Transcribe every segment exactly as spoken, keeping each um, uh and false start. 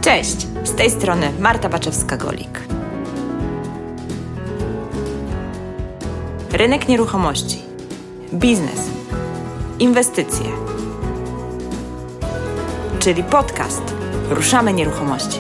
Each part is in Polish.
Cześć, z tej strony Marta Baczewska-Golik. Rynek nieruchomości, biznes, inwestycje, czyli podcast Ruszamy Nieruchomości.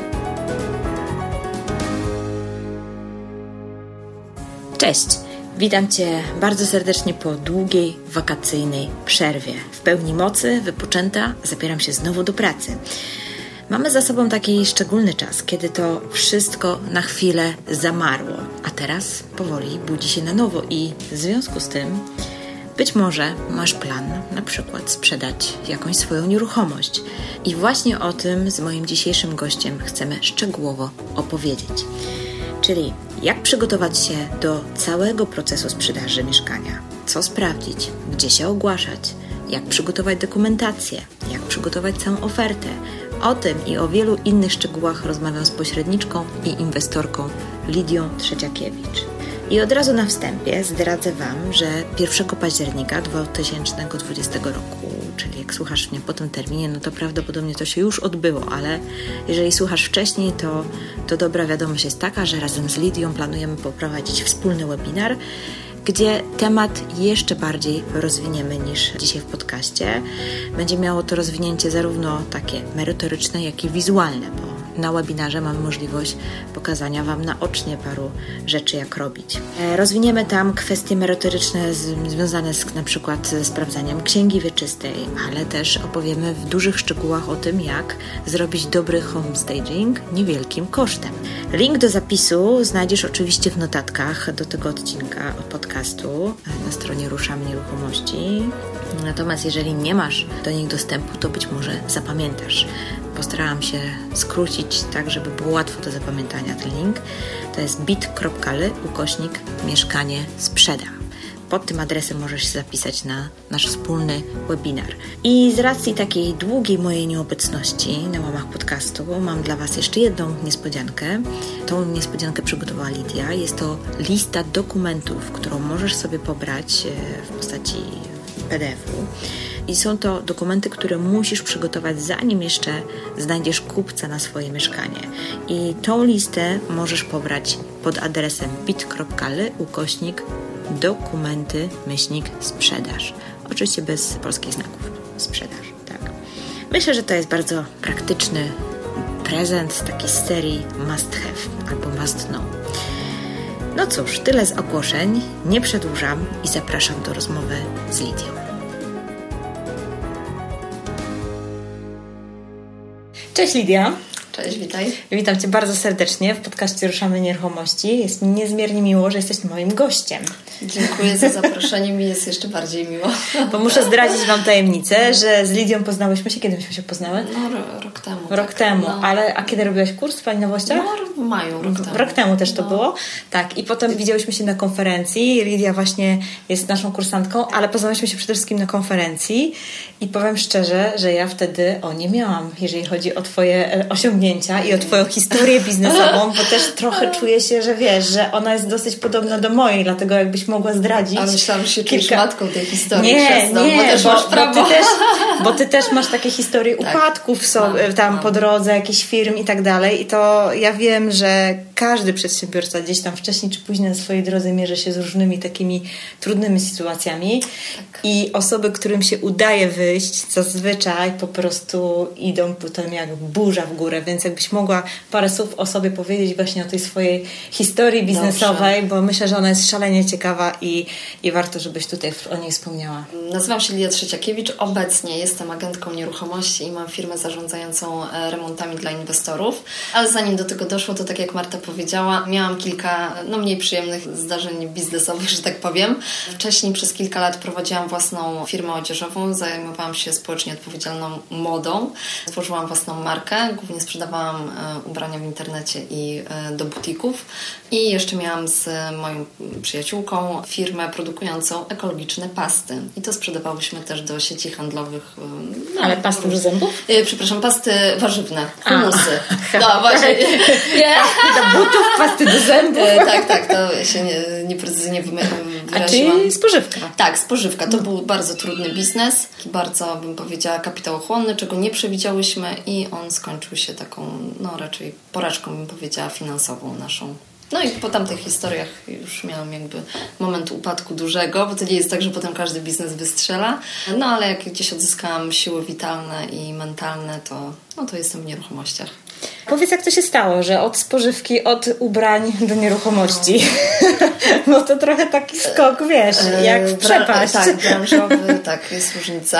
Cześć, witam Cię bardzo serdecznie po długiej, wakacyjnej przerwie. W pełni mocy, wypoczęta, zabieram się znowu do pracy. Mamy za sobą taki szczególny czas, kiedy to wszystko na chwilę zamarło, a teraz powoli budzi się na nowo i w związku z tym być może masz plan na przykład sprzedać jakąś swoją nieruchomość. I właśnie o tym z moim dzisiejszym gościem chcemy szczegółowo opowiedzieć. Czyli jak przygotować się do całego procesu sprzedaży mieszkania, co sprawdzić, gdzie się ogłaszać, jak przygotować dokumentację, jak przygotować całą ofertę. O tym i o wielu innych szczegółach rozmawiam z pośredniczką i inwestorką Lidią Trzeciakiewicz. I od razu na wstępie zdradzę Wam, że pierwszego października dwa tysiące dwudziestego roku, czyli jak słuchasz mnie po tym terminie, no to prawdopodobnie to się już odbyło, ale jeżeli słuchasz wcześniej, to, to dobra wiadomość jest taka, że razem z Lidią planujemy poprowadzić wspólny webinar, gdzie temat jeszcze bardziej rozwiniemy niż dzisiaj w podcaście. Będzie miało to rozwinięcie zarówno takie merytoryczne, jak i wizualne, bo na webinarze mamy możliwość pokazania Wam naocznie paru rzeczy, jak robić. Rozwiniemy tam kwestie merytoryczne z, związane z, na przykład ze sprawdzaniem księgi wieczystej, ale też opowiemy w dużych szczegółach o tym, jak zrobić dobry home staging niewielkim kosztem. Link do zapisu znajdziesz oczywiście w notatkach do tego odcinka podcastu na stronie Ruszamy Nieruchomości. Natomiast jeżeli nie masz do nich dostępu, to być może zapamiętasz. Postarałam się skrócić tak, żeby było łatwo do zapamiętania ten link. To jest bit.ly ukośnik mieszkanie sprzedam. Pod tym adresem możesz się zapisać na nasz wspólny webinar. I z racji takiej długiej mojej nieobecności na łamach podcastu mam dla Was jeszcze jedną niespodziankę. Tą niespodziankę przygotowała Lidia. Jest to lista dokumentów, którą możesz sobie pobrać w postaci P D F-u. I są to dokumenty, które musisz przygotować, zanim jeszcze znajdziesz kupca na swoje mieszkanie. I tą listę możesz pobrać pod adresem bit.ly ukośnik dokumenty myślnik sprzedaż. Oczywiście bez polskich znaków. Sprzedaż, tak. Myślę, że to jest bardzo praktyczny prezent taki z serii must have albo must know. No cóż, tyle z ogłoszeń. Nie przedłużam i zapraszam do rozmowy z Lidią. Cześć Lidia. Cześć, witaj. Witam Cię bardzo serdecznie w podcaście Ruszamy Nieruchomości. Jest mi niezmiernie miło, że jesteś moim gościem. Dziękuję za zaproszenie, mi jest jeszcze bardziej miło. Bo muszę zdradzić Wam tajemnicę, że z Lidią poznałyśmy się, kiedy myśmy się poznały? No ro, rok temu. Rok tak. temu, no. ale a kiedy robiłaś kurs w Paliwościach? No w maju, rok temu. Rok temu też to no. było? Tak, i potem widziałyśmy się na konferencji. Lidia właśnie jest naszą kursantką, ale poznałyśmy się przede wszystkim na konferencji i powiem szczerze, że ja wtedy o nie miałam, jeżeli chodzi o Twoje osiągnięcia i o Twoją historię biznesową, bo też trochę czuję się, że wiesz, że ona jest dosyć podobna do mojej, dlatego jakbyś mogła zdradzić. A myślałam, że się kilka... czujesz matką tej historii. Nie, Przesną, nie, bo też bo, masz prawo. Bo ty, też, bo ty też masz takie historie tak. upadków sobie, mam, tam mam. po drodze, jakichś firm i tak dalej. I to ja wiem, że każdy przedsiębiorca gdzieś tam wcześniej czy później na swojej drodze mierzy się z różnymi takimi trudnymi sytuacjami. Tak. I osoby, którym się udaje wyjść, zazwyczaj po prostu idą potem jak burza w górę. Więc jakbyś mogła parę słów o sobie powiedzieć właśnie o tej swojej historii biznesowej, Dobrze. Bo myślę, że ona jest szalenie ciekawa i, i warto, żebyś tutaj o niej wspomniała. Nazywam się Lidia Trzeciakiewicz. Obecnie jestem agentką nieruchomości i mam firmę zarządzającą remontami dla inwestorów. Ale zanim do tego doszło, to tak jak Marta powiedziała, miałam kilka no, mniej przyjemnych zdarzeń biznesowych, że tak powiem. Wcześniej przez kilka lat prowadziłam własną firmę odzieżową, zajmowałam się społecznie odpowiedzialną modą. Stworzyłam własną markę, głównie sprzedawałam e, ubrania w internecie i e, do butików. I jeszcze miałam z moją przyjaciółką firmę produkującą ekologiczne pasty. I to sprzedawałyśmy też do sieci handlowych. No, ale pasty do zębów? E, przepraszam, pasty warzywne, humusy. No właśnie. Pasty do butów, pasty do zębów. E, tak, tak, to się nie, nieprecyzyjnie wyraziłam. A czyli spożywka. Tak, spożywka. To był bardzo trudny biznes, bardzo, bym powiedziała, kapitałochłonny, czego nie przewidziałyśmy i on skończył się taką, no raczej porażką, bym powiedziała, finansową naszą. No i po tamtych historiach już miałam jakby moment upadku dużego, bo to nie jest tak, że potem każdy biznes wystrzela. No ale jak gdzieś odzyskałam siły witalne i mentalne, to, no, to jestem w nieruchomościach. Powiedz, jak to się stało, że od spożywki, od ubrań do nieruchomości? No. Bo to trochę taki skok, wiesz, jak w przepaść. Bra- tak, branżowy, tak, jest różnica.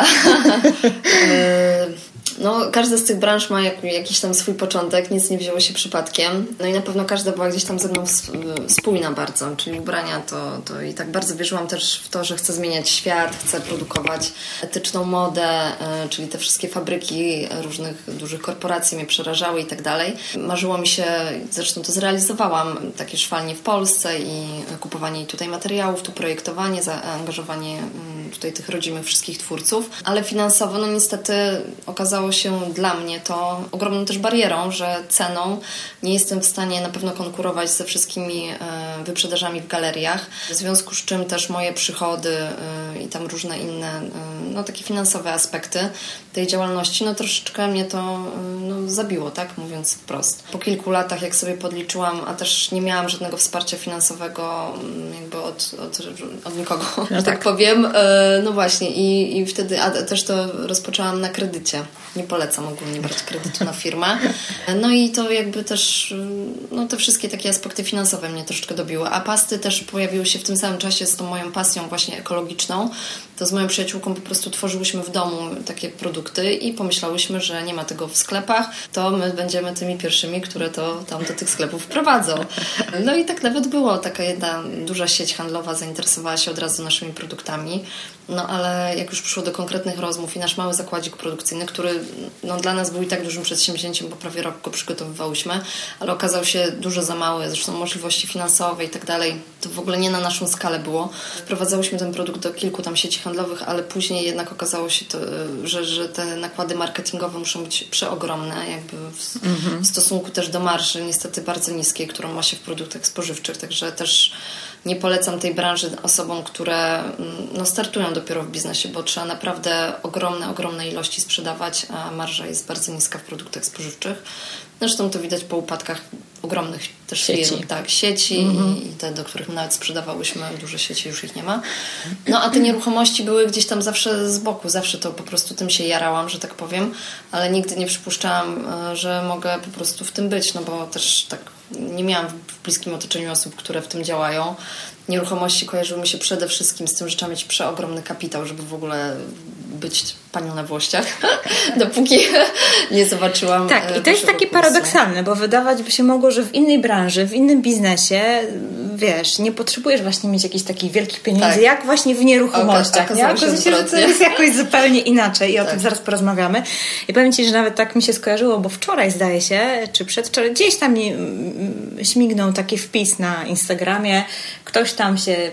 No, każda z tych branż ma jak, jakiś tam swój początek, nic nie wzięło się przypadkiem. No i na pewno każda była gdzieś tam ze mną spójna bardzo, czyli ubrania to, to i tak bardzo wierzyłam też w to, że chcę zmieniać świat, chcę produkować etyczną modę, czyli te wszystkie fabryki różnych dużych korporacji mnie przerażały i tak dalej. Marzyło mi się, zresztą to zrealizowałam, takie szwalnie w Polsce i kupowanie tutaj materiałów, tu projektowanie, zaangażowanie tutaj tych rodzimych wszystkich twórców, ale finansowo no niestety okazało się dla mnie to ogromną też barierą, że ceną nie jestem w stanie na pewno konkurować ze wszystkimi wyprzedażami w galeriach, w związku z czym też moje przychody i tam różne inne no takie finansowe aspekty tej działalności, no troszeczkę mnie to no, zabiło, tak mówiąc wprost. Po kilku latach, jak sobie podliczyłam, a też nie miałam żadnego wsparcia finansowego jakby od, od, od nikogo, no tak. tak powiem, no właśnie i, i wtedy, a też to rozpoczęłam na kredycie. Nie polecam ogólnie brać kredytu na firmę. No i to jakby też no te wszystkie takie aspekty finansowe mnie troszeczkę dobiły. A pasty też pojawiły się w tym samym czasie z tą moją pasją właśnie ekologiczną. To z moją przyjaciółką po prostu tworzyłyśmy w domu takie produkty i pomyślałyśmy, że nie ma tego w sklepach, to my będziemy tymi pierwszymi, które to tam do tych sklepów wprowadzą. No i tak nawet było. Taka jedna duża sieć handlowa zainteresowała się od razu naszymi produktami. No ale jak już przyszło do konkretnych rozmów i nasz mały zakładzik produkcyjny, który no, dla nas był i tak dużym przedsięwzięciem, bo prawie rok go przygotowywałyśmy, ale okazał się dużo za mały, zresztą możliwości finansowe i tak dalej, to w ogóle nie na naszą skalę było. Wprowadzałyśmy ten produkt do kilku tam sieci handlowych, ale później jednak okazało się, to, że, że te nakłady marketingowe muszą być przeogromne, jakby w, mhm. w stosunku też do marży niestety bardzo niskiej, którą ma się w produktach spożywczych, także też nie polecam tej branży osobom, które no, startują dopiero w biznesie, bo trzeba naprawdę ogromne, ogromne ilości sprzedawać, a marża jest bardzo niska w produktach spożywczych. Zresztą to widać po upadkach ogromnych też sieci. firm, tak, sieci mm-hmm. i te, do których nawet sprzedawałyśmy, duże sieci już ich nie ma. No a te nieruchomości były gdzieś tam zawsze z boku, zawsze to po prostu tym się jarałam, że tak powiem, ale nigdy nie przypuszczałam, że mogę po prostu w tym być, no bo też tak nie miałam w bliskim otoczeniu osób, które w tym działają. Nieruchomości kojarzyły mi się przede wszystkim z tym, że trzeba mieć przeogromny kapitał, żeby w ogóle być panią na włościach, dopóki nie zobaczyłam. Tak, i to jest takie kursu. Paradoksalne, bo wydawać by się mogło, że w innej branży, w innym biznesie, wiesz, nie potrzebujesz właśnie mieć jakichś takich wielkich pieniędzy, tak. jak właśnie w nieruchomościach. Nie? Okazuje się, że to jest jakoś zupełnie inaczej i o tak. tym zaraz porozmawiamy. I powiem Ci, że nawet tak mi się skojarzyło, bo wczoraj zdaje się, czy przedwczoraj, gdzieś tam mi śmignął taki wpis na Instagramie, ktoś tam się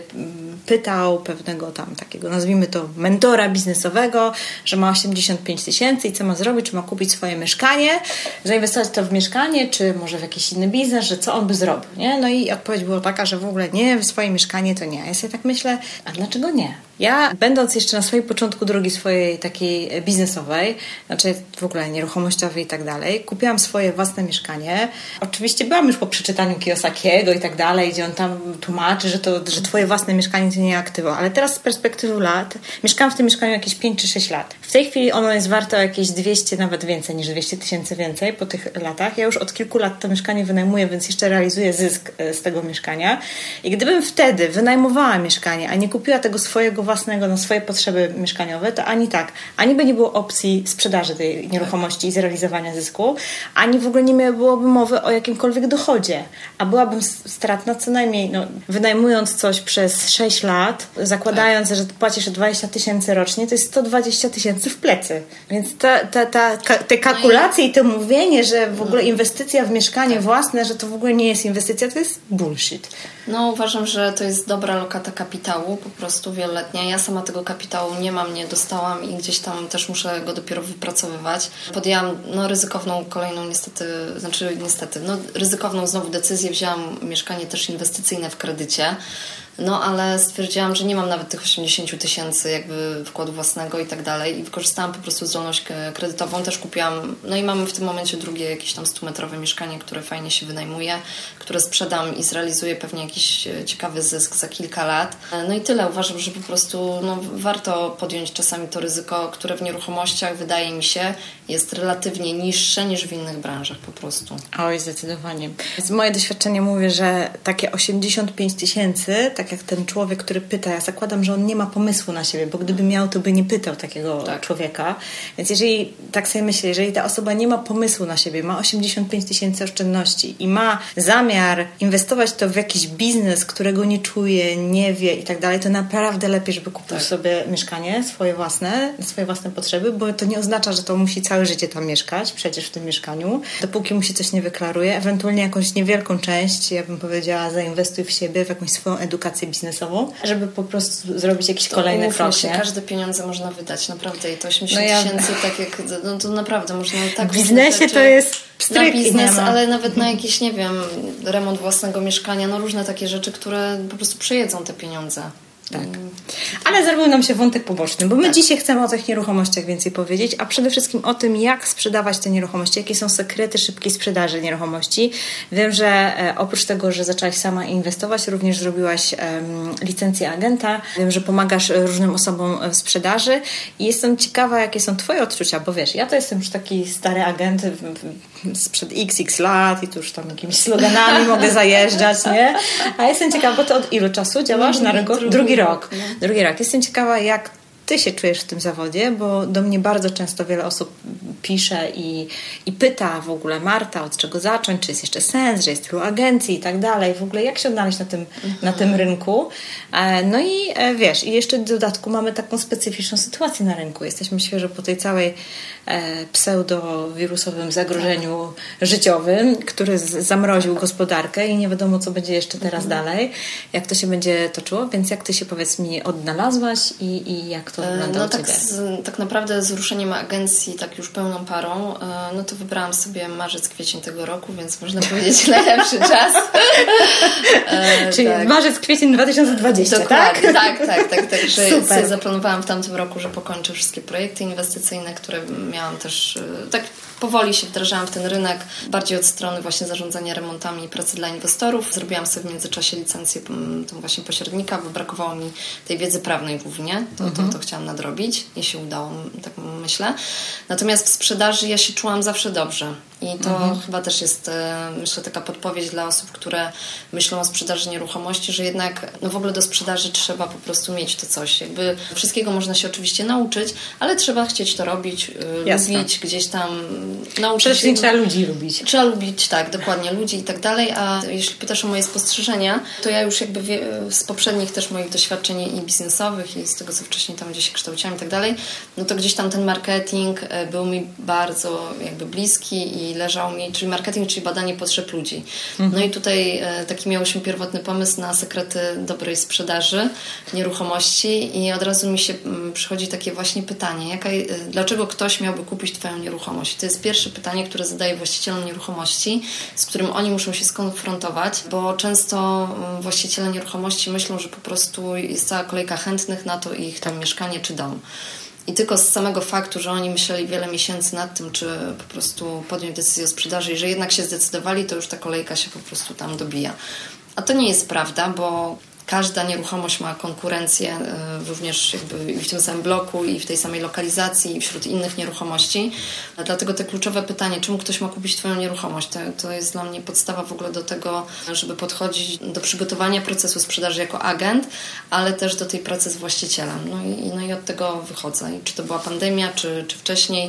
pytał pewnego tam takiego, nazwijmy to mentora biznesowego, że ma osiemdziesiąt pięć tysięcy i co ma zrobić, czy ma kupić swoje mieszkanie, zainwestować to w mieszkanie, czy może w jakiś inny biznes, że co on by zrobił, nie? No i odpowiedź była taka, że w ogóle nie, w swoje mieszkanie to nie. Ja sobie tak myślę, a dlaczego nie? Ja, będąc jeszcze na swoim początku drogi swojej takiej biznesowej, znaczy w ogóle nieruchomościowej i tak dalej, kupiłam swoje własne mieszkanie. Oczywiście byłam już po przeczytaniu Kiyosakiego i tak dalej, gdzie on tam tłumaczy, że to, że twoje własne mieszkanie to nie aktywo. Ale teraz z perspektywy lat, mieszkałam w tym mieszkaniu jakieś pięć czy sześć lat. W tej chwili ono jest warte o jakieś dwieście, nawet więcej niż dwieście tysięcy więcej po tych latach. Ja już od kilku lat to mieszkanie wynajmuję, więc jeszcze realizuję zysk z tego mieszkania. I gdybym wtedy wynajmowała mieszkanie, a nie kupiła tego swojego własnego na swoje potrzeby mieszkaniowe, to ani tak, ani by nie było opcji sprzedaży tej nieruchomości i zrealizowania zysku, ani w ogóle nie byłoby mowy o jakimkolwiek dochodzie. A byłabym stratna co najmniej, no, wynajmując coś przez sześć lat, zakładając, tak. że płacisz dwadzieścia tysięcy rocznie, to jest sto dwadzieścia tysięcy w plecy. Więc ta, ta, ta, ka, te kalkulacje no i... i to mówienie, że w ogóle inwestycja w mieszkanie tak. własne, że to w ogóle nie jest inwestycja, to jest bullshit. No uważam, że to jest dobra lokata kapitału, po prostu wieloletnia. Ja sama tego kapitału nie mam, nie dostałam i gdzieś tam też muszę go dopiero wypracowywać. Podjęłam no, ryzykowną kolejną niestety, znaczy niestety, no ryzykowną znowu decyzję. Wzięłam mieszkanie też inwestycyjne w kredycie. no ale stwierdziłam, że nie mam nawet tych osiemdziesiąt tysięcy jakby wkładu własnego i tak dalej i wykorzystałam po prostu zdolność kredytową, też kupiłam, no i mamy w tym momencie drugie jakieś tam stumetrowe mieszkanie, które fajnie się wynajmuje, które sprzedam i zrealizuję pewnie jakiś ciekawy zysk za kilka lat. No i tyle. Uważam, że po prostu no, warto podjąć czasami to ryzyko, które w nieruchomościach wydaje mi się jest relatywnie niższe niż w innych branżach po prostu. Oj, zdecydowanie. Z moje doświadczenie mówię, że takie osiemdziesiąt pięć tysięcy, tak jak ten człowiek, który pyta, ja zakładam, że on nie ma pomysłu na siebie, bo gdyby miał, to by nie pytał takiego tak. człowieka. Więc jeżeli, tak sobie myślę, jeżeli ta osoba nie ma pomysłu na siebie, ma osiemdziesiąt pięć tysięcy oszczędności i ma zamiar inwestować to w jakiś biznes, którego nie czuje, nie wie i tak dalej, to naprawdę lepiej, żeby kupił tak. sobie mieszkanie swoje własne, swoje własne potrzeby, bo to nie oznacza, że to musi całe życie tam mieszkać, przecież w tym mieszkaniu, dopóki mu się coś nie wyklaruje, ewentualnie jakąś niewielką część, ja bym powiedziała, zainwestuj w siebie, w jakąś swoją edukację biznesową, żeby po prostu zrobić jakiś to kolejny krok. Się, każde pieniądze można wydać, naprawdę i to osiemdziesiąt no ja... tysięcy, tak jak, no to naprawdę można tak... W biznesie to jest na biznes, ale nawet na jakiś, nie wiem, remont własnego mieszkania, no różne takie rzeczy, które po prostu przejedzą te pieniądze. Tak. Ale zrobił nam się wątek poboczny, bo my tak. dzisiaj chcemy o tych nieruchomościach więcej powiedzieć, a przede wszystkim o tym, jak sprzedawać te nieruchomości, jakie są sekrety szybkiej sprzedaży nieruchomości. Wiem, że e, oprócz tego, że zaczęłaś sama inwestować, również zrobiłaś e, licencję agenta. Wiem, że pomagasz różnym osobom w sprzedaży i jestem ciekawa, jakie są Twoje odczucia, bo wiesz, ja to jestem już taki stary agent sprzed iks iks lat i tu już tam jakimiś sloganami mogę zajeżdżać, nie? A jestem ciekawa, bo Ty od ilu czasu działasz na rynku? Drugi, drugi rok. No. Drugi rok. Jestem ciekawa, jak Ty się czujesz w tym zawodzie, bo do mnie bardzo często wiele osób pisze i, i pyta w ogóle, Marta, od czego zacząć, czy jest jeszcze sens, że jest tylu agencji i tak dalej. W ogóle jak się odnaleźć na tym, mhm. na tym rynku. No i wiesz, i jeszcze w dodatku mamy taką specyficzną sytuację na rynku. Jesteśmy świeżo po tej całej e, pseudowirusowym zagrożeniu tak. życiowym, który z, zamroził gospodarkę i nie wiadomo, co będzie jeszcze teraz mhm. dalej, jak to się będzie toczyło, więc jak Ty się, powiedz mi, odnalazłaś i, i jak to wygląda no u tak, z, tak naprawdę z ruszeniem agencji tak już pełną parą, no to wybrałam sobie marzec, kwiecień tego roku, więc można powiedzieć najlepszy czas. e, Czyli tak. marzec, kwiecień dwa tysiące dwudziesty, tak? Tak, tak, tak. tak także sobie zaplanowałam w tamtym roku, że pokończę wszystkie projekty inwestycyjne, które miałam też tak powoli się wdrażałam w ten rynek, bardziej od strony właśnie zarządzania remontami i pracy dla inwestorów. Zrobiłam sobie w międzyczasie licencję tą właśnie pośrednika, bo brakowało mi tej wiedzy prawnej głównie. To, mhm. to, to chciałam nadrobić i się udało, tak myślę. Natomiast w sprzedaży ja się czułam zawsze dobrze. I to mhm. chyba też jest, myślę, taka podpowiedź dla osób, które myślą o sprzedaży nieruchomości, że jednak no w ogóle do sprzedaży trzeba po prostu mieć to coś. Jakby wszystkiego można się oczywiście nauczyć, ale trzeba chcieć to robić, Jasne. lubić gdzieś tam, nauczyć Przede wszystkim trzeba ludzi lubić. Trzeba lubić, tak, dokładnie, ludzi i tak dalej, a jeśli pytasz o moje spostrzeżenia, to ja już jakby wie, z poprzednich też moich doświadczeń i biznesowych i z tego, co wcześniej tam gdzieś się kształciłam i tak dalej, no to gdzieś tam ten marketing był mi bardzo jakby bliski i leżał mi, czyli marketing, czyli badanie potrzeb ludzi. Mhm. No i tutaj e, taki miałyśmy pierwotny pomysł na sekrety dobrej sprzedaży nieruchomości i od razu mi się m, przychodzi takie właśnie pytanie, jaka, e, dlaczego ktoś miałby kupić Twoją nieruchomość? To jest pierwsze pytanie, które zadaję właścicielom nieruchomości, z którym oni muszą się skonfrontować, bo często m, właściciele nieruchomości myślą, że po prostu jest cała kolejka chętnych na to ich tam mieszkanie czy dom. I tylko z samego faktu, że oni myśleli wiele miesięcy nad tym, czy po prostu podjąć decyzję o sprzedaży i że jednak się zdecydowali, to już ta kolejka się po prostu tam dobija. A to nie jest prawda, bo każda nieruchomość ma konkurencję również jakby i w tym samym bloku i w tej samej lokalizacji i wśród innych nieruchomości. Dlatego te kluczowe pytanie, czemu ktoś ma kupić Twoją nieruchomość, to, to jest dla mnie podstawa w ogóle do tego, żeby podchodzić do przygotowania procesu sprzedaży jako agent, ale też do tej pracy z właścicielem. No i, no i od tego wychodzę. I czy to była pandemia, czy, czy wcześniej,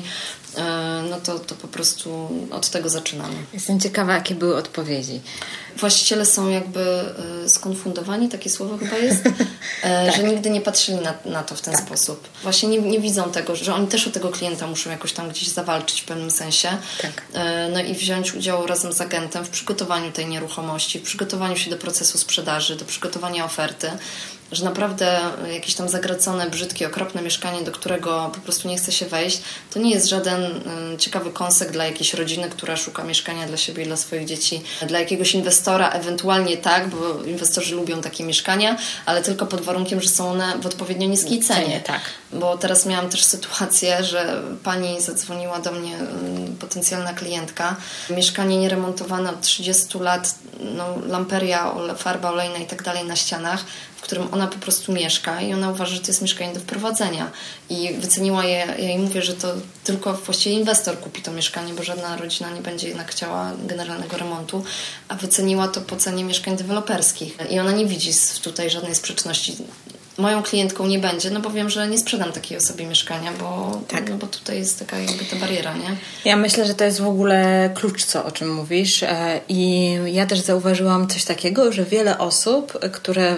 no to, to po prostu od tego zaczynamy. Jestem ciekawa, jakie były odpowiedzi. Właściciele są jakby skonfundowani, takie słowo chyba jest, tak. że nigdy nie patrzyli na, na to w ten tak. sposób. Właśnie nie, nie widzą tego, że oni też o tego klienta muszą jakoś tam gdzieś zawalczyć w pewnym sensie. Tak. No i wziąć udział razem z agentem w przygotowaniu tej nieruchomości, w przygotowaniu się do procesu sprzedaży, do przygotowania oferty. że naprawdę jakieś tam zagracone, brzydkie, okropne mieszkanie, do którego po prostu nie chce się wejść, to nie jest żaden y, ciekawy kąsek dla jakiejś rodziny, która szuka mieszkania dla siebie i dla swoich dzieci. Dla jakiegoś inwestora ewentualnie tak, bo inwestorzy lubią takie mieszkania, ale tylko pod warunkiem, że są one w odpowiednio niskiej cenie. Cenie, tak. Bo teraz miałam też sytuację, że pani zadzwoniła do mnie, y, potencjalna klientka. Mieszkanie nieremontowane od trzydziestu lat, no, lamperia, ole, farba olejna i tak dalej na ścianach, w którym ona po prostu mieszka i ona uważa, że to jest mieszkanie do wprowadzenia. I wyceniła je, ja jej mówię, że to tylko właściwie inwestor kupi to mieszkanie, bo żadna rodzina nie będzie jednak chciała generalnego remontu, a wyceniła to po cenie mieszkań deweloperskich. I ona nie widzi tutaj żadnej sprzeczności. Moją klientką nie będzie, no bo wiem, że nie sprzedam takiej osobie mieszkania, bo, tak. no bo tutaj jest taka jakby ta bariera, nie? Ja myślę, że to jest w ogóle klucz, co o czym mówisz, i ja też zauważyłam coś takiego, że wiele osób, które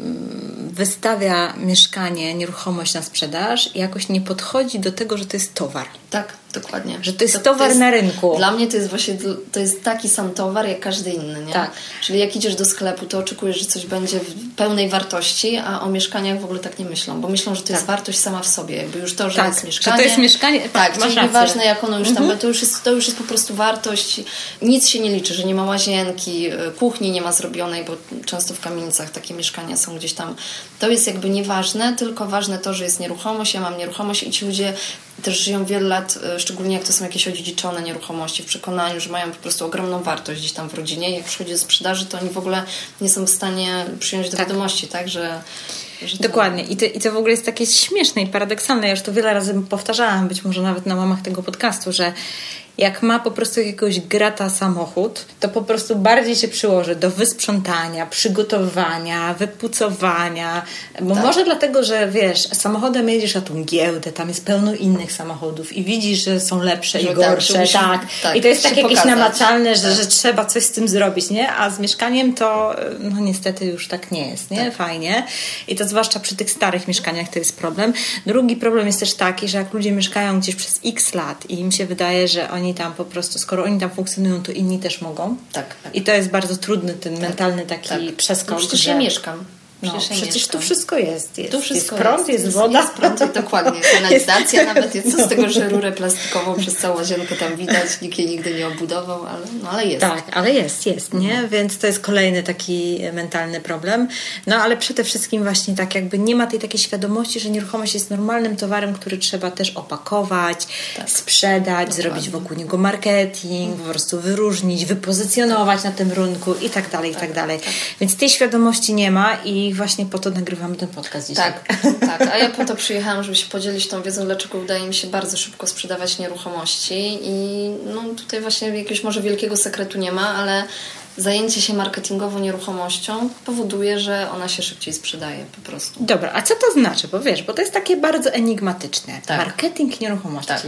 wystawia mieszkanie, nieruchomość na sprzedaż, jakoś nie podchodzi do tego, że to jest towar. Tak, dokładnie. Że to jest to, towar to jest, na rynku. Dla mnie to jest właśnie to jest taki sam towar, jak każdy inny, nie? Tak. Czyli jak idziesz do sklepu, to oczekujesz, że coś będzie w pełnej wartości, a o mieszkaniach w ogóle tak nie myślą, bo myślą, że to tak. jest wartość sama w sobie. Jakby już to, że tak, jest mieszkanie. Że to jest mieszkanie. Tak, tak czyli nieważne jak ono już tam, mhm. to, już jest, to już jest po prostu wartość. Nic się nie liczy, że nie ma łazienki, kuchni nie ma zrobionej, bo często w kamienicach takie mieszkania są gdzieś tam. To jest jakby nieważne, tylko ważne to, że jest nieruchomość, ja mam nieruchomość i ci ludzie też żyją wiele lat, szczególnie jak to są jakieś odziedziczone nieruchomości, w przekonaniu, że mają po prostu ogromną wartość gdzieś tam w rodzinie i jak przychodzi do sprzedaży, to oni w ogóle nie są w stanie przyjąć do tak. wiadomości, tak, że... że Dokładnie. I to, I to w ogóle jest takie śmieszne i paradoksalne. Ja już to wiele razy powtarzałam, być może nawet na łamach tego podcastu, że jak ma po prostu jakiegoś grata samochód, to po prostu bardziej się przyłoży do wysprzątania, przygotowania, wypucowania. Bo tak. może dlatego, że wiesz, samochodem jedziesz na tą giełdę, tam jest pełno innych samochodów i widzisz, że są lepsze że i gorsze. Tak, musi, tak. tak. I to jest tak jakieś pokazać. namacalne, że, tak. że trzeba coś z tym zrobić, nie? A z mieszkaniem to no niestety już tak nie jest, nie? Tak. Fajnie. I to zwłaszcza przy tych starych mieszkaniach to jest problem. Drugi problem jest też taki, że jak ludzie mieszkają gdzieś przez x lat i im się wydaje, że oni Oni tam po prostu, skoro oni tam funkcjonują, to inni też mogą. Tak. tak. I to jest bardzo trudny ten tak, mentalny taki tak. przeskok. No przecież że... ja mieszkam. Przecież, no, ja przecież mieszkam. tu wszystko jest. Jest, tu wszystko jest prąd, jest, jest woda. Jest prąd, dokładnie. Kanalizacja jest... nawet jest. Co z tego, że rurę plastikową przez całą łazienkę tam widać. Nikt jej nigdy nie obudował, ale, no, ale jest. Tak, ale jest, jest, nie? No. Więc to jest kolejny taki mentalny problem. No ale przede wszystkim właśnie tak jakby nie ma tej takiej świadomości, że nieruchomość jest normalnym towarem, który trzeba też opakować, tak. sprzedać, dokładnie. Zrobić wokół niego marketing, hmm. po prostu wyróżnić, wypozycjonować na tym rynku i tak dalej, i tak, tak dalej. Tak. Więc tej świadomości nie ma i właśnie po to nagrywamy ten podcast dzisiaj. Tak, tak. A ja po to przyjechałam, żeby się podzielić tą wiedzą, dlaczego udaje mi się bardzo szybko sprzedawać nieruchomości i no tutaj właśnie jakiegoś może wielkiego sekretu nie ma, ale zajęcie się marketingowo nieruchomością powoduje, że ona się szybciej sprzedaje po prostu. Dobra, a co to znaczy? Bo wiesz, bo to jest takie bardzo enigmatyczne. Tak. Marketing nieruchomości. Tak.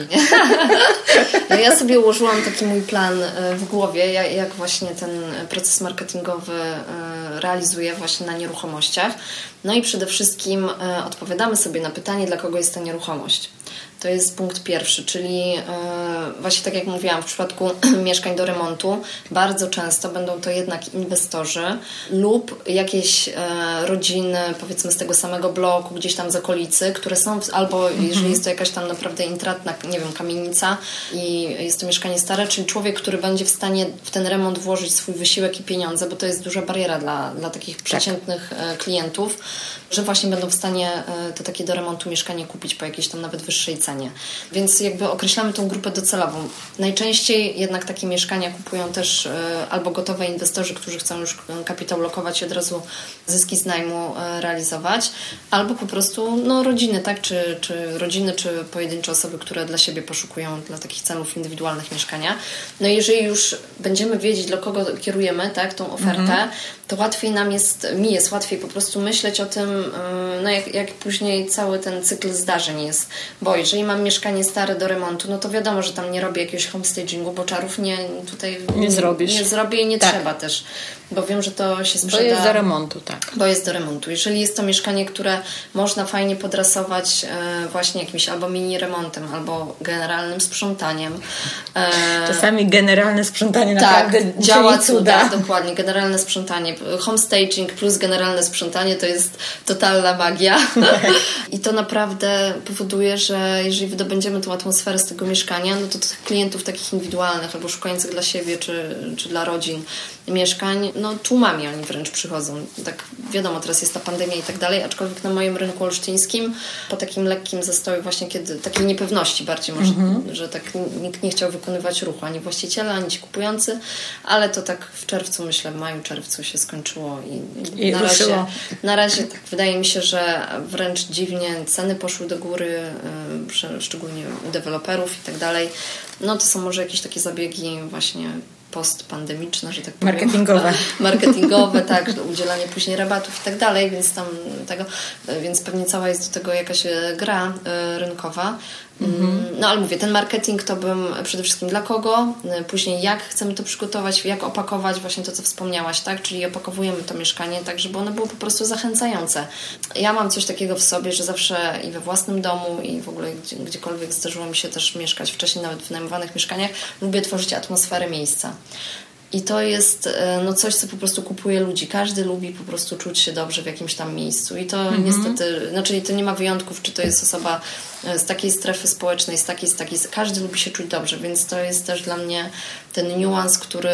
No ja sobie ułożyłam taki mój plan w głowie, jak właśnie ten proces marketingowy realizuję właśnie na nieruchomościach. No i przede wszystkim odpowiadamy sobie na pytanie, dla kogo jest ta nieruchomość. To jest punkt pierwszy, czyli yy, właśnie tak jak mówiłam, w przypadku mieszkań do remontu bardzo często będą to jednak inwestorzy lub jakieś yy, rodziny, powiedzmy z tego samego bloku, gdzieś tam z okolicy, które są, albo mhm. jeżeli jest to jakaś tam naprawdę intratna, nie wiem, kamienica i jest to mieszkanie stare, czyli człowiek, który będzie w stanie w ten remont włożyć swój wysiłek i pieniądze, bo to jest duża bariera dla, dla takich przeciętnych tak. klientów, że właśnie będą w stanie to takie do remontu mieszkanie kupić po jakiejś tam nawet wyższej cenie. Więc jakby określamy tą grupę docelową. Najczęściej jednak takie mieszkania kupują też albo gotowe inwestorzy, którzy chcą już kapitał lokować i od razu zyski z najmu realizować, albo po prostu no, rodziny, tak? Czy, czy rodziny, czy pojedyncze osoby, które dla siebie poszukują dla takich celów indywidualnych mieszkania. No i jeżeli już będziemy wiedzieć, dla kogo kierujemy, tak, tą ofertę, mhm. to łatwiej nam jest, mi jest łatwiej po prostu myśleć o tym, no jak, jak później cały ten cykl zdarzeń jest. Bo jeżeli mam mieszkanie stare do remontu, no to wiadomo, że tam nie robię jakiegoś homestagingu, bo czarów nie tutaj nie zrobisz. Nie zrobię i nie tak. trzeba też. bo wiem, że to się sprzeda... Bo jest do remontu, tak. Bo jest do remontu. Jeżeli jest to mieszkanie, które można fajnie podrasować e, właśnie jakimś albo mini remontem, albo generalnym sprzątaniem. E, Czasami generalne sprzątanie tak, naprawdę działa cuda. cuda. Dokładnie, generalne sprzątanie. Homestaging plus generalne sprzątanie to jest totalna magia. I to naprawdę powoduje, że jeżeli wydobędziemy tą atmosferę z tego mieszkania, no to tych klientów takich indywidualnych albo szukających dla siebie czy, czy dla rodzin mieszkań, no tłumami oni wręcz przychodzą. Tak wiadomo, teraz jest ta pandemia i tak dalej, aczkolwiek na moim rynku olsztyńskim po takim lekkim zastoju właśnie, kiedy takiej niepewności bardziej może, mm-hmm. że tak nikt nie chciał wykonywać ruchu, ani właściciele, ani ci kupujący, ale to tak w czerwcu, myślę, w maju, czerwcu się skończyło i, I na, ruszyło. razie, na razie tak wydaje mi się, że wręcz dziwnie ceny poszły do góry, yy, szczególnie u deweloperów i tak dalej. No to są może jakieś takie zabiegi właśnie postpandemiczne, że tak powiem. Marketingowe. Marketingowe, tak, udzielanie później rabatów i tak dalej, więc tam tego, więc pewnie cała jest do tego jakaś gra rynkowa. Mhm. No ale mówię, ten marketing to bym przede wszystkim dla kogo, później jak chcemy to przygotować, jak opakować, właśnie to, co wspomniałaś, tak? Czyli opakowujemy to mieszkanie tak, żeby ono było po prostu zachęcające. Ja mam coś takiego w sobie, że zawsze i we własnym domu i w ogóle gdzie, gdziekolwiek zdarzyło mi się też mieszkać, wcześniej nawet w wynajmowanych mieszkaniach, lubię tworzyć atmosferę miejsca. I to jest no, coś, co po prostu kupuje ludzi. Każdy lubi po prostu czuć się dobrze w jakimś tam miejscu. I to mm-hmm. niestety, znaczy to nie ma wyjątków, czy to jest osoba z takiej strefy społecznej, z takiej, z takiej. Każdy lubi się czuć dobrze, więc to jest też dla mnie ten niuans, który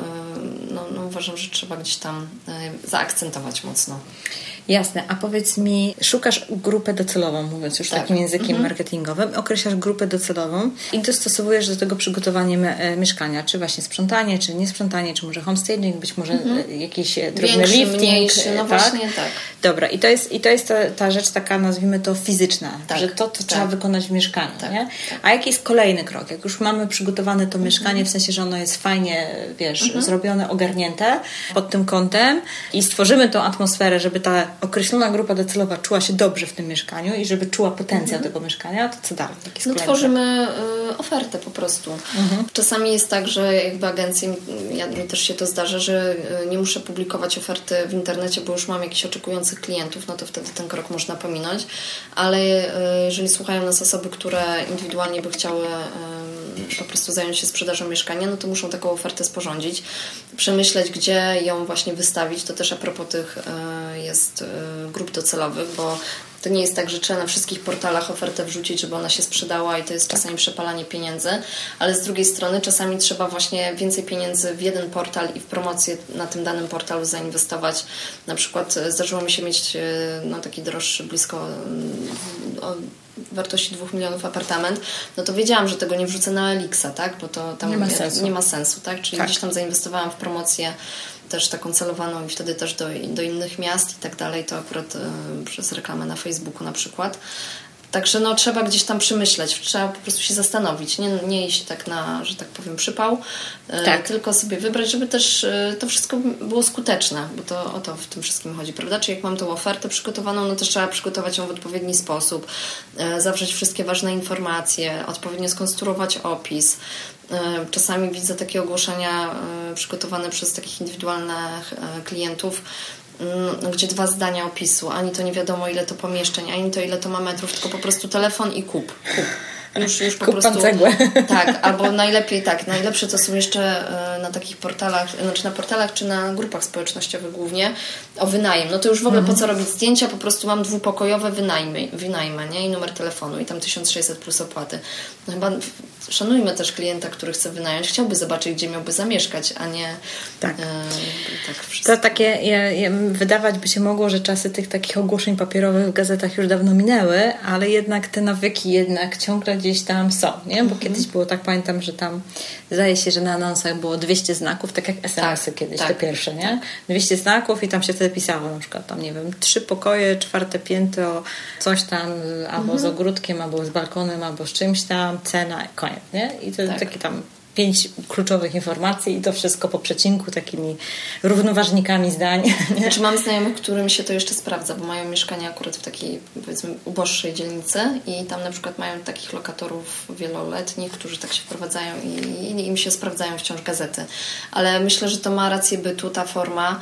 no, no, uważam, że trzeba gdzieś tam zaakcentować mocno. Jasne, a powiedz mi, szukasz grupę docelową, mówiąc już tak. takim językiem mhm. marketingowym, określasz grupę docelową i dostosowujesz do tego przygotowanie me- mieszkania, czy właśnie sprzątanie, czy niesprzątanie, czy może homestaging, być może mhm. jakiś drobny Większy, lifting. Mniejszy, no tak? właśnie tak. Dobra, i to jest, i to jest ta, ta rzecz taka, nazwijmy to fizyczna, tak. że to, to tak. trzeba wykonać w mieszkaniu, tak. nie? A jaki jest kolejny krok? Jak już mamy przygotowane to mhm. mieszkanie, w sensie, że ono jest fajnie, wiesz, mhm. zrobione, ogarnięte pod tym kątem i stworzymy tą atmosferę, żeby ta określona grupa docelowa czuła się dobrze w tym mieszkaniu i żeby czuła potencjał mhm. tego mieszkania, to co dalej? No tworzymy y, ofertę po prostu. Mhm. Czasami jest tak, że jakby agencji, ja, mi też się to zdarza, że y, nie muszę publikować oferty w internecie, bo już mam jakichś oczekujących klientów, no to wtedy ten krok można pominąć, ale y, jeżeli słuchają nas osoby, które indywidualnie by chciały y, po prostu zająć się sprzedażą mieszkania, no to muszą taką ofertę sporządzić, przemyśleć, gdzie ją właśnie wystawić. To też a propos tych y, jest y, grup docelowych, bo to nie jest tak, że trzeba na wszystkich portalach ofertę wrzucić, żeby ona się sprzedała i to jest czasami przepalanie pieniędzy, ale z drugiej strony czasami trzeba właśnie więcej pieniędzy w jeden portal i w promocję na tym danym portalu zainwestować. Na przykład zdarzyło mi się mieć no, taki droższy, blisko o wartości dwóch milionów apartament, no to wiedziałam, że tego nie wrzucę na Elixa, tak? Bo to tam nie ma sensu, nie ma sensu tak? Czyli tak. gdzieś tam zainwestowałam w promocję też taką celowaną i wtedy też do, do innych miast i tak dalej, to akurat y, przez reklamę na Facebooku na przykład. Także no trzeba gdzieś tam przemyśleć, trzeba po prostu się zastanowić, nie, nie iść tak na, że tak powiem, przypał, tak. tylko sobie wybrać, żeby też to wszystko było skuteczne, bo to o to w tym wszystkim chodzi, prawda? Czyli jak mam tą ofertę przygotowaną, no też trzeba przygotować ją w odpowiedni sposób, zawrzeć wszystkie ważne informacje, odpowiednio skonstruować opis. Czasami widzę takie ogłoszenia przygotowane przez takich indywidualnych klientów, gdzie dwa zdania opisu, ani to nie wiadomo ile to pomieszczeń, ani to ile to ma metrów, tylko po prostu telefon i kup. kup. Już, już po Kup prostu. Pan cegłę. Tak, albo najlepiej tak, najlepsze to są jeszcze na takich portalach, znaczy na portalach czy na grupach społecznościowych głównie o wynajem. No to już w ogóle mhm. po co robić zdjęcia, po prostu mam dwupokojowe wynajmy, wynajmę, nie? I numer telefonu i tam tysiąc sześćset plus opłaty. No chyba szanujmy też klienta, który chce wynająć, chciałby zobaczyć, gdzie miałby zamieszkać, a nie tak. E, tak wszystko. To takie, ja, ja, wydawać by się mogło, że czasy tych takich ogłoszeń papierowych w gazetach już dawno minęły, ale jednak te nawyki jednak ciągle gdzieś tam są, nie? Bo mm-hmm. kiedyś było tak, pamiętam, że tam zdaje się, że na anonsach było dwieście znaków, tak jak es em esy tak, kiedyś, tak, te pierwsze, nie? Tak. dwieście znaków i tam się wtedy pisało na przykład tam, nie wiem, trzy pokoje, czwarte piętro, coś tam, albo mm-hmm. z ogródkiem, albo z balkonem, albo z czymś tam, cena, koniec, nie? I to tak. takie tam pięć kluczowych informacji i to wszystko po przecinku takimi równoważnikami zdań. Znaczy mam znajomych, którym się to jeszcze sprawdza, bo mają mieszkania akurat w takiej, powiedzmy, uboższej dzielnicy i tam na przykład mają takich lokatorów wieloletnich, którzy tak się wprowadzają i, i im się sprawdzają wciąż gazety. Ale myślę, że to ma rację bytu ta forma.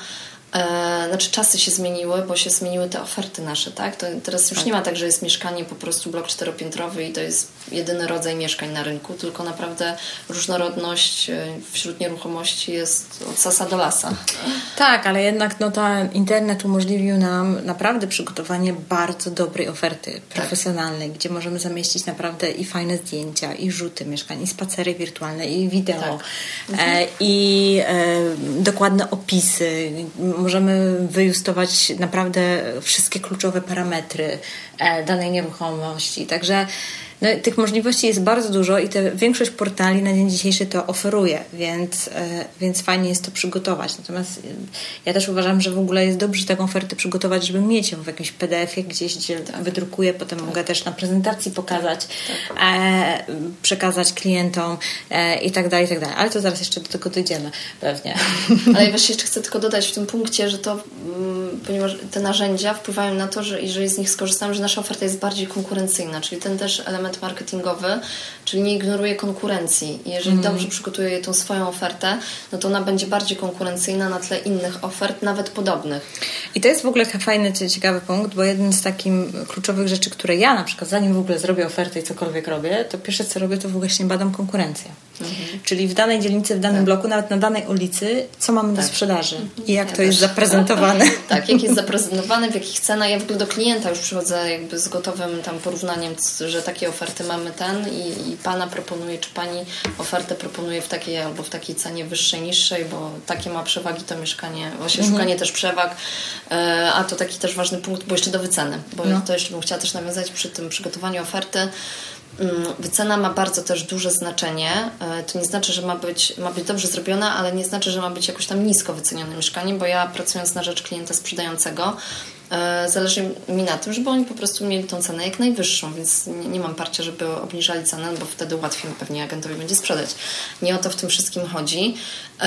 E, znaczy czasy się zmieniły, bo się zmieniły te oferty nasze, tak? To teraz już tak. Nie ma tak, że jest mieszkanie po prostu blok czteropiętrowy i to jest jedyny rodzaj mieszkań na rynku, tylko naprawdę różnorodność wśród nieruchomości jest od sasa do lasa. Tak, ale jednak no, ta internet umożliwił nam naprawdę przygotowanie bardzo dobrej oferty profesjonalnej, tak. Gdzie możemy zamieścić naprawdę i fajne zdjęcia, i rzuty mieszkań, i spacery wirtualne, i wideo, tak. mhm. e, i e, dokładne opisy. Możemy wyjustować naprawdę wszystkie kluczowe parametry danej nieruchomości. Także no, tych możliwości jest bardzo dużo i te, większość portali na dzień dzisiejszy to oferuje, więc, e, więc fajnie jest to przygotować. Natomiast ja też uważam, że w ogóle jest dobrze taką ofertę przygotować, żeby mieć ją w jakimś P D F-ie gdzieś, gdzie tak. wydrukuję, potem tak. mogę też na prezentacji pokazać, tak. e, przekazać klientom e, i tak dalej, i tak dalej. Ale to zaraz jeszcze do tego dojdziemy pewnie. Ale ja właśnie jeszcze chcę tylko dodać w tym punkcie, że to mm, ponieważ te narzędzia wpływają na to, że jeżeli z nich skorzystamy, że nasza oferta jest bardziej konkurencyjna, czyli ten też element marketingowy, czyli nie ignoruje konkurencji. I jeżeli mm. dobrze przygotuje tą swoją ofertę, no to ona będzie bardziej konkurencyjna na tle innych ofert, nawet podobnych. I to jest w ogóle fajny, ciekawy punkt, bo jeden z takich kluczowych rzeczy, które ja na przykład, zanim w ogóle zrobię ofertę i cokolwiek robię, to pierwsze co robię, to w ogóle się badam konkurencję. Mhm. Czyli w danej dzielnicy, w danym tak. bloku, nawet na danej ulicy, co mamy tak. do sprzedaży mhm. i jak ja to też. jest zaprezentowane. Tak, jak jest zaprezentowane, w jakich cenach. Ja w ogóle do klienta już przychodzę jakby z gotowym tam porównaniem, że takie oferty mamy ten i, i Pana proponuje, czy Pani ofertę proponuje w takiej albo w takiej cenie wyższej, niższej, bo takie ma przewagi to mieszkanie, właśnie mhm. szukanie też przewag, e, a to taki też ważny punkt, bo jeszcze do wyceny, bo no. to jeszcze bym chciała też nawiązać przy tym przygotowaniu oferty. Wycena ma bardzo też duże znaczenie. To nie znaczy, że ma być, ma być dobrze zrobiona, ale nie znaczy, że ma być jakoś tam nisko wycenione mieszkanie, bo ja pracując na rzecz klienta sprzedającego zależy mi na tym, żeby oni po prostu mieli tą cenę jak najwyższą, więc nie, nie mam parcia, żeby obniżali cenę, bo wtedy łatwiej pewnie agentowi będzie sprzedać. Nie o to w tym wszystkim chodzi,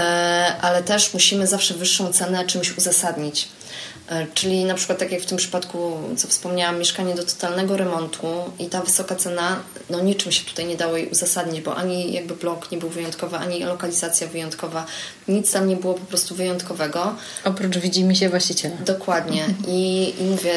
ale też musimy zawsze wyższą cenę czymś uzasadnić. Czyli na przykład tak jak w tym przypadku, co wspomniałam, mieszkanie do totalnego remontu i ta wysoka cena, no niczym się tutaj nie dało jej uzasadnić, bo ani jakby blok nie był wyjątkowy, ani lokalizacja wyjątkowa, nic tam nie było po prostu wyjątkowego. Oprócz widzimy się właściciela. Dokładnie. I, i mówię...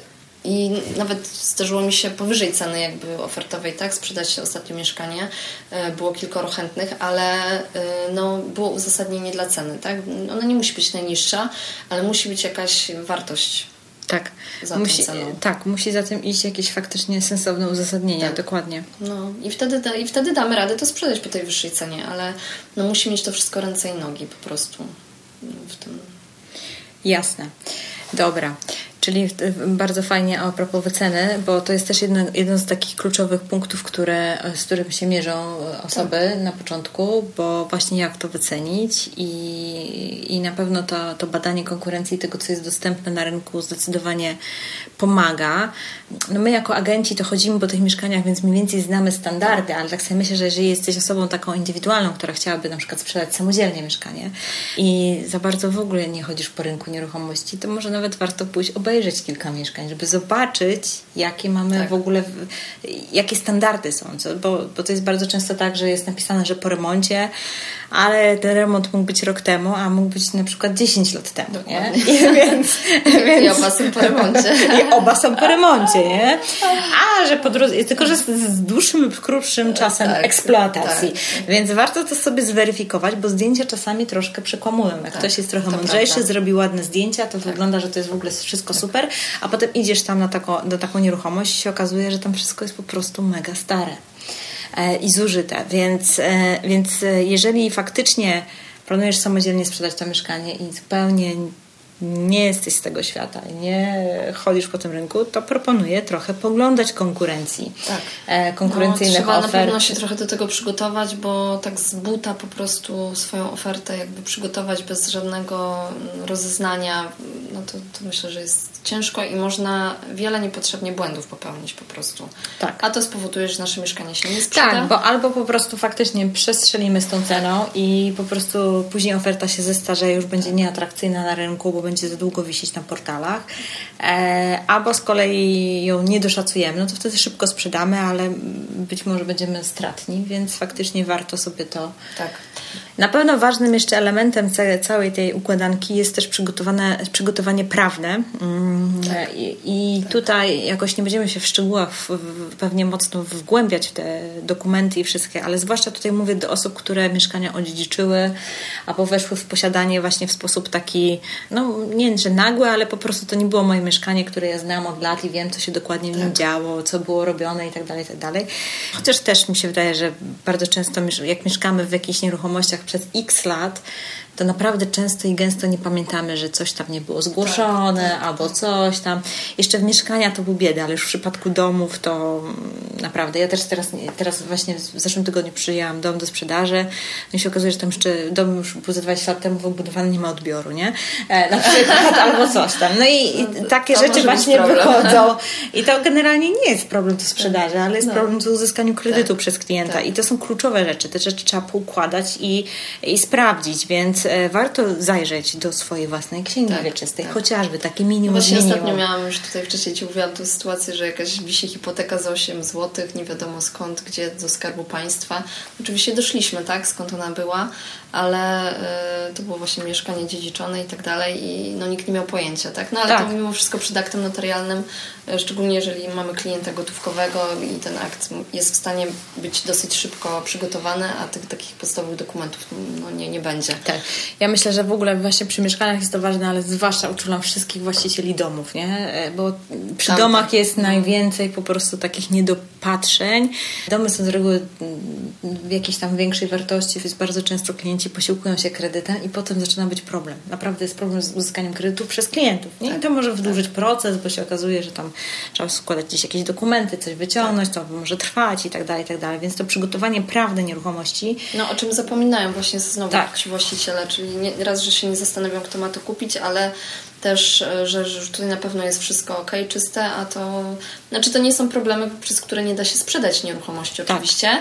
I nawet zdarzyło mi się powyżej ceny jakby ofertowej, tak, sprzedać ostatnio mieszkanie. Było kilkoro chętnych, ale no, było uzasadnienie dla ceny, tak. Ona nie musi być najniższa, ale musi być jakaś wartość. Tak, za musi, tą ceną. Tak, musi za tym iść jakieś faktycznie sensowne uzasadnienie, tak. Dokładnie. No i wtedy, da, i wtedy damy radę to sprzedać po tej wyższej cenie, ale no, musi mieć to wszystko ręce i nogi po prostu w tym. Jasne. Dobra. Czyli bardzo fajnie a propos wyceny, bo to jest też jedno, jeden z takich kluczowych punktów, które, z którym się mierzą osoby tak. na początku, bo właśnie jak to wycenić i, i na pewno to, to badanie konkurencji tego, co jest dostępne na rynku, zdecydowanie pomaga. No my jako agenci to chodzimy po tych mieszkaniach, więc mniej więcej znamy standardy, ale tak sobie myślę, że jeżeli jesteś osobą taką indywidualną, która chciałaby na przykład sprzedać samodzielnie mieszkanie i za bardzo w ogóle nie chodzisz po rynku nieruchomości, to może nawet warto pójść obejrzeć kilka mieszkań, żeby zobaczyć, jakie mamy tak. w ogóle, jakie standardy są, bo, bo to jest bardzo często tak, że jest napisane, że po remoncie, ale ten remont mógł być rok temu, a mógł być na przykład dziesięć lat temu, nie? I, więc, I, więc, I oba są po remoncie. I oba są po remoncie, nie? A, że po drodze, tylko że z, z dłuższym lub krótszym czasem tak, eksploatacji. Tak. Więc warto to sobie zweryfikować, bo zdjęcia czasami troszkę przekłamują. Jak tak, ktoś jest trochę mądrzejszy, prawda. Zrobi ładne zdjęcia, to tak. wygląda, że to jest w ogóle wszystko tak. super, a potem idziesz tam na taką, do taką nieruchomość i się okazuje, że tam wszystko jest po prostu mega stare i zużyte, więc, więc jeżeli faktycznie planujesz samodzielnie sprzedać to mieszkanie i zupełnie nie jesteś z tego świata i nie chodzisz po tym rynku, to proponuję trochę poglądać konkurencji. Tak. E, konkurencyjnych no, trzeba ofert. na pewno się trochę do tego przygotować, bo tak z buta po prostu swoją ofertę jakby przygotować bez żadnego rozeznania, no to, to myślę, że jest ciężko i można wiele niepotrzebnie błędów popełnić po prostu. Tak. A to spowoduje, że nasze mieszkanie się nie sprzeda. Tak, bo albo po prostu faktycznie przestrzelimy z tą ceną i po prostu później oferta się zestarzeje, już będzie nieatrakcyjna na rynku, bo będzie za długo wisieć na portalach. E, albo z kolei ją nie doszacujemy, no to wtedy szybko sprzedamy, ale być może będziemy stratni, więc faktycznie warto sobie to... Tak. Na pewno ważnym jeszcze elementem całej tej układanki jest też przygotowane, przygotowanie prawne. Tak. I, i tak. tutaj jakoś nie będziemy się w szczegółach w, w, pewnie mocno wgłębiać w te dokumenty i wszystkie, ale zwłaszcza tutaj mówię do osób, które mieszkania odziedziczyły, albo weszły w posiadanie właśnie w sposób taki, no nie wiem, że nagły, ale po prostu to nie było moje mieszkanie, które ja znam od lat i wiem, co się dokładnie w nim tak. działo, co było robione i tak dalej, i tak dalej. Chociaż też mi się wydaje, że bardzo często jak mieszkamy w jakichś nieruchomościach przez x lat, to naprawdę często i gęsto nie pamiętamy, że coś tam nie było zgłoszone tak, tak, albo coś tam. Jeszcze w mieszkania to był bieda, ale już w przypadku domów to naprawdę. Ja też teraz, teraz właśnie w zeszłym tygodniu przyjęłam dom do sprzedaży i się okazuje, że tam jeszcze dom już był za dwadzieścia lat temu wybudowany, nie ma odbioru, nie? E, na przykład albo coś tam. No i, i takie to rzeczy właśnie wychodzą. I to generalnie nie jest problem do sprzedaży, ale jest no. problem z uzyskaniem kredytu tak, przez klienta. Tak. I to są kluczowe rzeczy. Te rzeczy trzeba poukładać i, i sprawdzić, więc warto zajrzeć do swojej własnej księgi tak, wieczystej, tak. chociażby takie minimum. Właśnie minimum. Ostatnio miałam już tutaj wcześniej Ci mówiłam tę sytuację, że jakaś wisi hipoteka za osiem złotych, nie wiadomo skąd, gdzie, do Skarbu Państwa. Oczywiście doszliśmy, tak, skąd ona była, ale y, to było właśnie mieszkanie dziedziczone i tak dalej i no nikt nie miał pojęcia, tak? No ale tak. to mimo wszystko przed aktem notarialnym, y, szczególnie jeżeli mamy klienta gotówkowego i ten akt jest w stanie być dosyć szybko przygotowany, a tych takich podstawowych dokumentów no, nie, nie będzie. Tak. Ja myślę, że w ogóle właśnie przy mieszkaniach jest to ważne, ale zwłaszcza uczulam wszystkich właścicieli domów, nie? Bo przy Tam, domach tak. jest najwięcej po prostu takich niedopatrzeń. Domy są z reguły w jakiejś tam większej wartości, więc bardzo często klienci posiłkują się kredytem i potem zaczyna być problem. Naprawdę jest problem z uzyskaniem kredytu przez klientów. Nie? I to może wydłużyć tak. proces, bo się okazuje, że tam trzeba składać gdzieś jakieś dokumenty, coś wyciągnąć, tak. to może trwać i tak dalej, i tak dalej. Więc to przygotowanie prawne nieruchomości. No o czym zapominają właśnie znowu tak. ci właściciele, czyli nie, raz, że się nie zastanawiam, kto ma to kupić, ale też, że, że tutaj na pewno jest wszystko ok, czyste, a to znaczy to nie są problemy, przez które nie da się sprzedać nieruchomości oczywiście. Tak.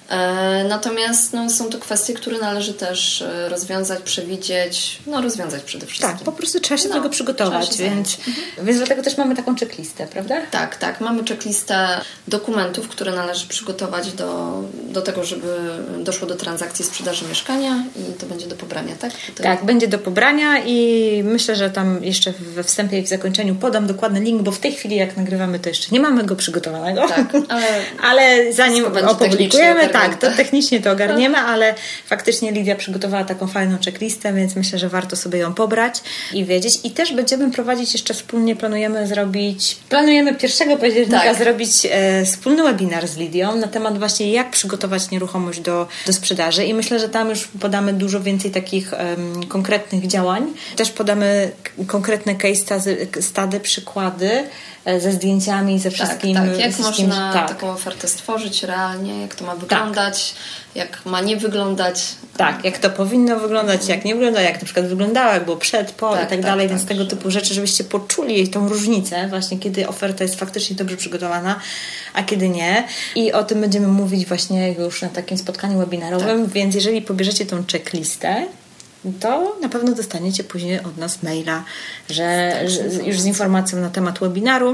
Natomiast no, są to kwestie, które należy też rozwiązać, przewidzieć, no rozwiązać przede wszystkim. Tak, po prostu trzeba się do no, tego przygotować, więc, mhm. więc dlatego też mamy taką checklistę, prawda? Tak, tak. Mamy checklistę dokumentów, które należy przygotować do, do tego, żeby doszło do transakcji sprzedaży mieszkania i to będzie do pobrania, tak? Tutaj... Tak, będzie do pobrania i myślę, że tam jeszcze we wstępie i w zakończeniu podam dokładny link, bo w tej chwili jak nagrywamy, to jeszcze nie mamy go przygotowanego. Tak, ale, ale zanim opublikujemy, tak, Tak, to technicznie to ogarniemy, ale faktycznie Lidia przygotowała taką fajną checklistę, więc myślę, że warto sobie ją pobrać i wiedzieć. I też będziemy prowadzić jeszcze wspólnie, planujemy zrobić, planujemy pierwszego października tak. zrobić e, wspólny webinar z Lidią na temat właśnie jak przygotować nieruchomość do, do sprzedaży i myślę, że tam już podamy dużo więcej takich um, konkretnych działań. Też podamy k- konkretne case study, przykłady ze zdjęciami, ze wszystkim. Tak, tak. Jak wszystkim, można tak. taką ofertę stworzyć realnie, jak to ma wyglądać, tak. jak ma nie wyglądać. Tak, jak to powinno wyglądać, jak nie wygląda, jak na przykład wyglądało, jak było przed, po tak, i tak, tak dalej, tak, więc tak, tego że... typu rzeczy, żebyście poczuli tą różnicę właśnie, kiedy oferta jest faktycznie dobrze przygotowana, a kiedy nie. I o tym będziemy mówić właśnie już na takim spotkaniu webinarowym, tak. więc jeżeli pobierzecie tą checklistę, to na pewno dostaniecie później od nas maila, że, że już z informacją na temat webinaru,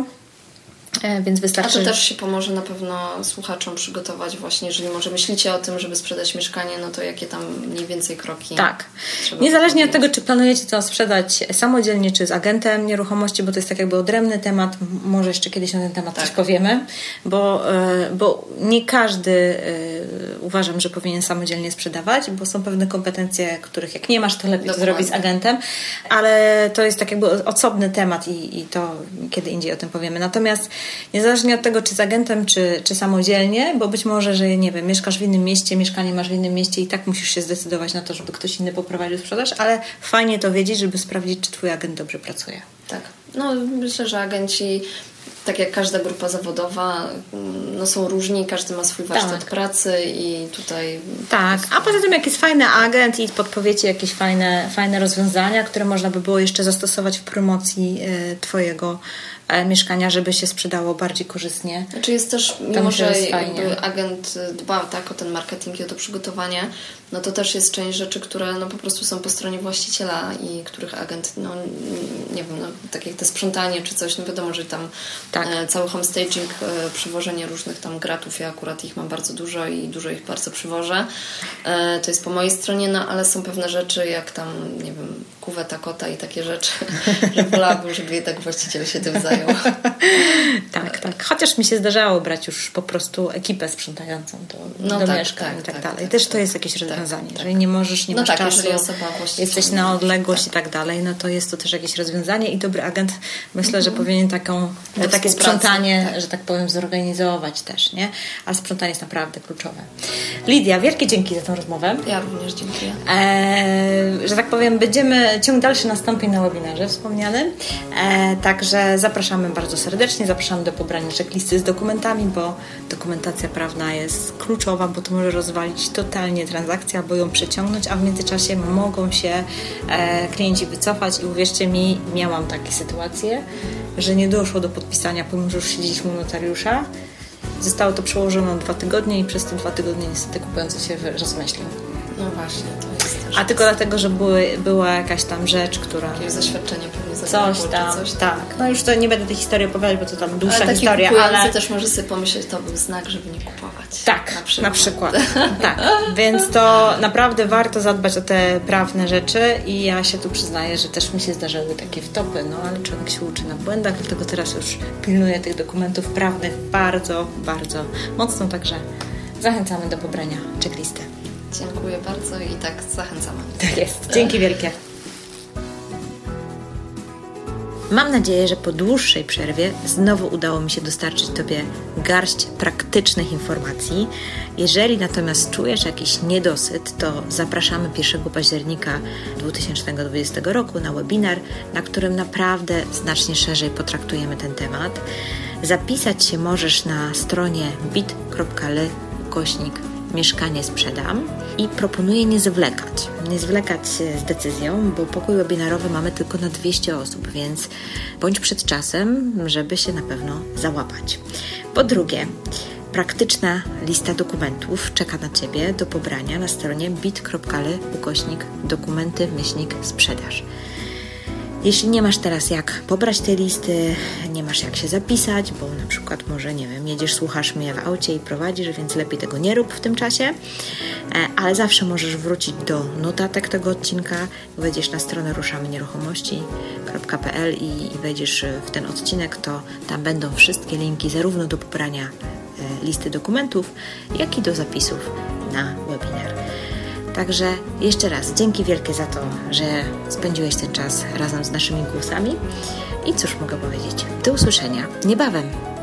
więc wystarczy... A to też się pomoże na pewno słuchaczom przygotować właśnie, jeżeli może myślicie o tym, żeby sprzedać mieszkanie, no to jakie tam mniej więcej kroki tak. Niezależnie od tego, czy planujecie to sprzedać samodzielnie, czy z agentem nieruchomości, bo to jest tak jakby odrębny temat, może jeszcze kiedyś na ten temat tak. coś powiemy, bo, bo nie każdy uważam, że powinien samodzielnie sprzedawać, bo są pewne kompetencje, których jak nie masz, to lepiej Dokładnie. to zrobić z agentem, ale to jest tak jakby osobny temat i, i to kiedy indziej o tym powiemy. Natomiast niezależnie od tego, czy z agentem, czy, czy samodzielnie, bo być może, że nie wiem, mieszkasz w innym mieście, mieszkanie masz w innym mieście i tak musisz się zdecydować na to, żeby ktoś inny poprowadził sprzedaż, ale fajnie to wiedzieć, żeby sprawdzić, czy twój agent dobrze pracuje. Tak. No myślę, że agenci, tak jak każda grupa zawodowa, no są różni, każdy ma swój warsztat tak. pracy i tutaj... Tak, a poza tym jak jest fajny agent i podpowiecie jakieś fajne, fajne rozwiązania, które można by było jeszcze zastosować w promocji y, twojego y, mieszkania, żeby się sprzedało bardziej korzystnie. Znaczy jest też, mimo że jakby agent dba tak o ten marketing i o to przygotowanie, no to też jest część rzeczy, które no po prostu są po stronie właściciela i których agent, no nie wiem, no, tak jak te sprzątanie czy coś, no wiadomo, że tam tak. e, cały homestaging, e, przywożenie różnych tam gratów, ja akurat ich mam bardzo dużo i dużo ich bardzo przywożę. E, to jest po mojej stronie, no ale są pewne rzeczy, jak tam, nie wiem, kuweta kota i takie rzeczy, że wolałabym, żeby jednak właściciel się tym zajął. tak, tak. Chociaż mi się zdarzało brać już po prostu ekipę sprzątającą do, no do tak, mieszkań tak, i tak, tak dalej. Tak, Też tak, to jest jakieś rozwiązanie. Tak, tak. Jeżeli nie możesz, nie no masz tak, czasu, osoba jesteś na odległość tak. i tak dalej, no to jest to też jakieś rozwiązanie i dobry agent myślę, mm-hmm. że powinien taką, do takie sprzątanie, tak. że tak powiem, zorganizować też, nie? Ale sprzątanie jest naprawdę kluczowe. Lidia, wielkie dzięki za tę rozmowę. Ja również dziękuję. E, że tak powiem, będziemy, ciąg dalszy nastąpi na webinarze wspomnianym, e, także zapraszamy bardzo serdecznie, zapraszamy do pobrania checklisty z dokumentami, bo dokumentacja prawna jest kluczowa, bo to może rozwalić totalnie transakcję albo ją przeciągnąć, a w międzyczasie mogą się e, klienci wycofać i uwierzcie mi, miałam takie sytuacje, że nie doszło do podpisania, pomimo że już siedzieliśmy u notariusza. Zostało to przełożone na dwa tygodnie i przez te dwa tygodnie niestety kupujący się rozmyślił. No właśnie, to jest też... A tylko dlatego, że były, była jakaś tam rzecz, która... Jakieś zaświadczenie pewnie Coś tam, coś tam. tak. No już to nie będę tej historii opowiadać, bo to tam dłuższa ale historia, ale... ale... też może sobie pomyśleć, to był znak, żeby nie kupować. Tak, na przykład. Na przykład. tak, więc to naprawdę warto zadbać o te prawne rzeczy i ja się tu przyznaję, że też mi się zdarzyły takie wtopy, no ale człowiek się uczy na błędach, dlatego teraz już pilnuję tych dokumentów prawnych bardzo, bardzo mocno, także zachęcamy do pobrania checklisty. Dziękuję bardzo i tak zachęcamy. Tak jest. Dzięki wielkie. Mam nadzieję, że po dłuższej przerwie znowu udało mi się dostarczyć Tobie garść praktycznych informacji. Jeżeli natomiast czujesz jakiś niedosyt, to zapraszamy pierwszego października dwa tysiące dwudziestego roku na webinar, na którym naprawdę znacznie szerzej potraktujemy ten temat. Zapisać się możesz na stronie bit.ly ukośnik mieszkanie sprzedam i proponuję nie zwlekać. Nie zwlekać z decyzją, bo pokój webinarowy mamy tylko na dwieście osób, więc bądź przed czasem, żeby się na pewno załapać. Po drugie, praktyczna lista dokumentów czeka na Ciebie do pobrania na stronie bit.ly ukośnik dokumenty myślnik sprzedaż. Jeśli nie masz teraz jak pobrać tej listy, nie masz jak się zapisać, bo na przykład może, nie wiem, jedziesz, słuchasz mnie w aucie i prowadzisz, więc lepiej tego nie rób w tym czasie, ale zawsze możesz wrócić do notatek tego odcinka, wejdziesz na stronę ruszamy nieruchomości kropka p l i, i wejdziesz w ten odcinek, to tam będą wszystkie linki zarówno do pobrania listy dokumentów, jak i do zapisów na webinar. Także jeszcze raz dzięki wielkie za to, że spędziłeś ten czas razem z naszymi głosami i cóż mogę powiedzieć, do usłyszenia niebawem.